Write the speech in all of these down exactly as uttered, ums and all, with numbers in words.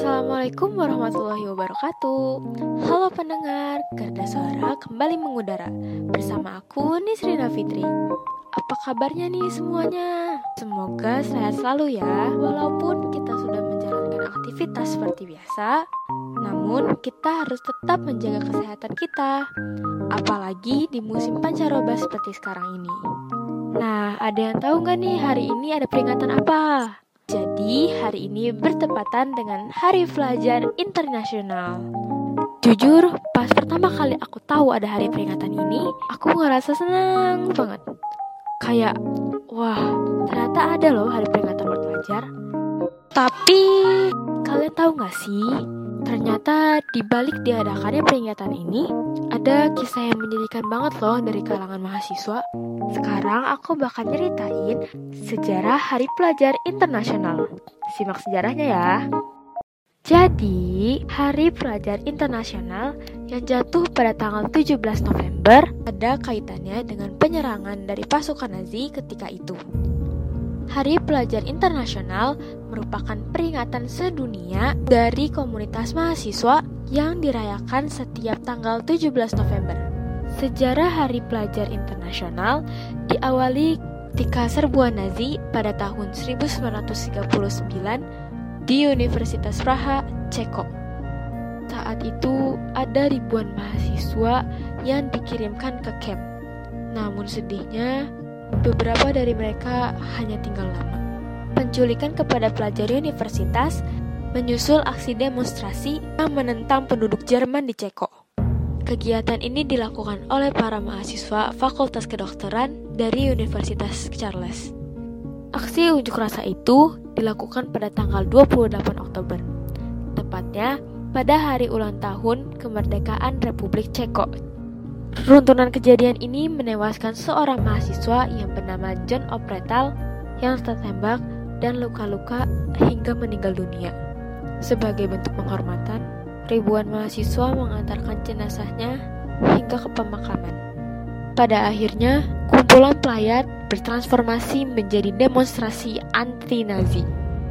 Assalamualaikum warahmatullahi wabarakatuh. Halo pendengar, Garda Suara kembali mengudara bersama aku Nisrina Fitri. Apa kabarnya nih semuanya? Semoga sehat selalu ya. Walaupun kita sudah menjalankan aktivitas seperti biasa, namun kita harus tetap menjaga kesehatan kita, apalagi di musim pancaroba seperti sekarang ini. Nah, ada yang tahu nggak nih hari ini ada peringatan apa? Jadi, hari ini bertepatan dengan Hari Pelajar Internasional. Jujur, pas pertama kali aku tahu ada hari peringatan ini, aku ngerasa senang banget. Kayak, wah, ternyata ada loh hari peringatan buat pelajar. Tapi, kalian tahu gak sih? Ternyata di balik diadakannya peringatan ini, ada kisah yang menyedihkan banget loh dari kalangan mahasiswa. Sekarang aku bakal nyeritain sejarah Hari Pelajar Internasional. Simak sejarahnya ya. Jadi, Hari Pelajar Internasional yang jatuh pada tanggal tujuh belas November ada kaitannya dengan penyerangan dari pasukan Nazi ketika itu. Hari Pelajar Internasional merupakan peringatan sedunia dari komunitas mahasiswa yang dirayakan setiap tanggal tujuh belas November. Sejarah Hari Pelajar Internasional diawali ketika serbuan Nazi pada tahun seribu sembilan ratus tiga puluh sembilan di Universitas Praha, Ceko. Saat itu ada ribuan mahasiswa yang dikirimkan ke kamp. Namun sedihnya, beberapa dari mereka hanya tinggal lama. Penculikan kepada pelajar universitas menyusul aksi demonstrasi yang menentang penduduk Jerman di Ceko. Kegiatan ini dilakukan oleh para mahasiswa Fakultas Kedokteran dari Universitas Charles. Aksi unjuk rasa itu dilakukan pada tanggal dua puluh delapan Oktober, tepatnya pada hari ulang tahun kemerdekaan Republik Ceko. Runtunan kejadian ini menewaskan seorang mahasiswa yang bernama John Opretal yang tertembak dan luka-luka hingga meninggal dunia. Sebagai bentuk penghormatan, ribuan mahasiswa mengantarkan jenazahnya hingga ke pemakaman. Pada akhirnya, kumpulan pelayat bertransformasi menjadi demonstrasi anti-Nazi.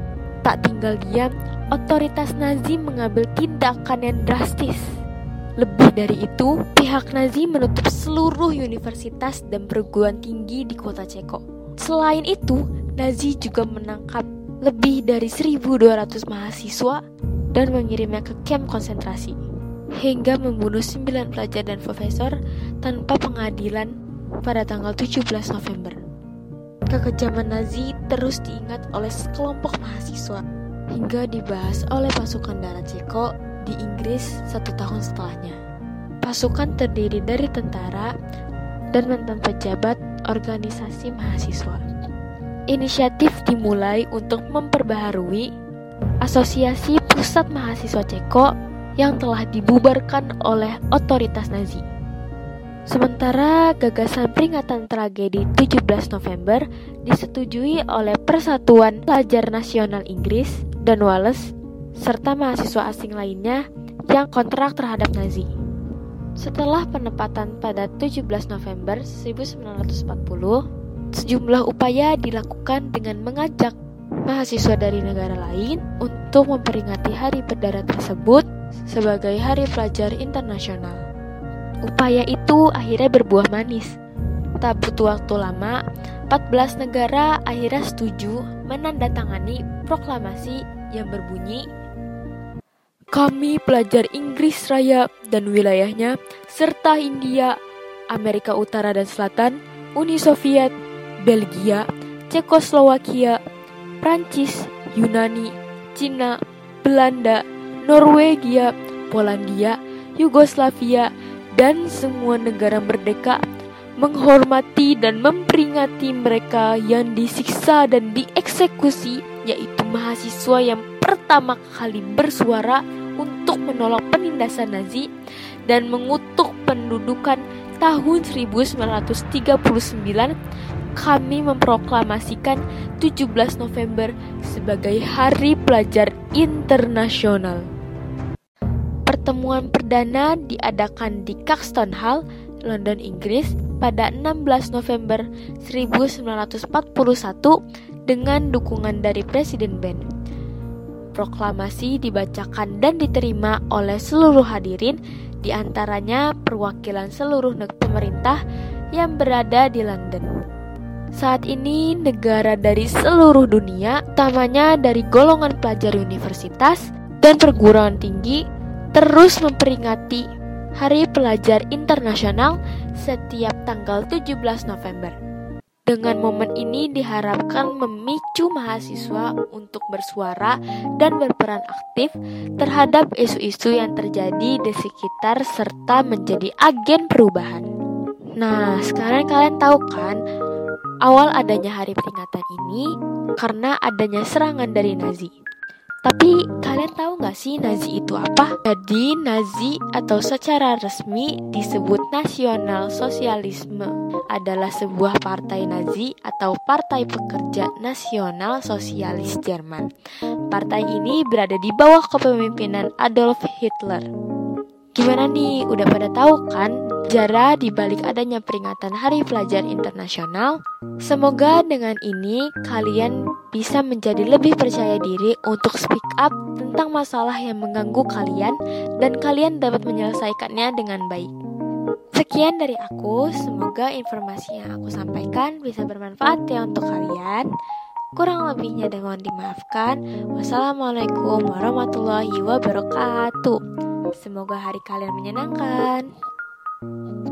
Tak tinggal diam, otoritas Nazi mengambil tindakan yang drastis. Lebih dari itu, pihak Nazi menutup seluruh universitas dan perguruan tinggi di kota Ceko. Selain itu, Nazi juga menangkap lebih dari seribu dua ratus mahasiswa dan mengirimnya ke kamp konsentrasi, hingga membunuh sembilan pelajar dan profesor tanpa pengadilan pada tanggal tujuh belas November. Kekejaman Nazi terus diingat oleh sekelompok mahasiswa, hingga dibahas oleh pasukan darat Ceko di Inggris satu tahun setelahnya. Pasukan terdiri dari tentara dan mantan pejabat organisasi mahasiswa. Inisiatif dimulai untuk memperbaharui Asosiasi Pusat Mahasiswa Ceko yang telah dibubarkan oleh otoritas Nazi. Sementara gagasan peringatan tragedi tujuh belas November disetujui oleh Persatuan Pelajar Nasional Inggris dan Wales serta mahasiswa asing lainnya yang kontrak terhadap Nazi. Setelah penempatan pada tujuh belas November seribu sembilan ratus empat puluh, sejumlah upaya dilakukan dengan mengajak mahasiswa dari negara lain untuk memperingati hari berdarah tersebut sebagai Hari Pelajar Internasional. Upaya itu akhirnya berbuah manis. Tak butuh waktu lama, empat belas negara akhirnya setuju menandatangani proklamasi yang berbunyi, "Kami pelajar Inggris Raya dan wilayahnya, serta India, Amerika Utara dan Selatan, Uni Soviet, Belgia, Cekoslowakia, Prancis, Yunani, Cina, Belanda, Norwegia, Polandia, Yugoslavia, dan semua negara merdeka menghormati dan memperingati mereka yang disiksa dan dieksekusi, yaitu mahasiswa yang pertama kali bersuara untuk menolak penindasan Nazi dan mengutuk pendudukan tahun seribu sembilan ratus tiga puluh sembilan. Kami memproklamasikan tujuh belas November sebagai Hari Pelajar Internasional." Pertemuan perdana diadakan di Caxton Hall, London, Inggris pada enam belas November seribu sembilan ratus empat puluh satu dengan dukungan dari Presiden Ben. proklamasi dibacakan dan diterima oleh seluruh hadirin, di antaranya perwakilan seluruh pemerintah yang berada di London. Saat ini negara dari seluruh dunia, utamanya dari golongan pelajar universitas dan perguruan tinggi, terus memperingati Hari Pelajar Internasional setiap tanggal tujuh belas November. Dengan momen ini diharapkan memicu mahasiswa untuk bersuara dan berperan aktif terhadap isu-isu yang terjadi di sekitar serta menjadi agen perubahan. Nah, sekarang kalian tahu kan awal adanya hari peringatan ini karena adanya serangan dari Nazi. Tapi kalian tahu gak sih Nazi itu apa? Jadi Nazi atau secara resmi disebut Nasional Sosialisme adalah sebuah partai Nazi atau Partai Pekerja Nasional Sosialis Jerman. Partai ini berada di bawah kepemimpinan Adolf Hitler. Gimana nih, udah pada tahu kan sejarah di balik adanya peringatan Hari Pelajar Internasional? Semoga dengan ini kalian bisa menjadi lebih percaya diri untuk speak up tentang masalah yang mengganggu kalian dan kalian dapat menyelesaikannya dengan baik. Sekian dari aku, semoga informasi yang aku sampaikan bisa bermanfaat ya untuk kalian. Kurang lebihnya mohon dimaafkan. Wassalamualaikum warahmatullahi wabarakatuh. Semoga hari kalian menyenangkan.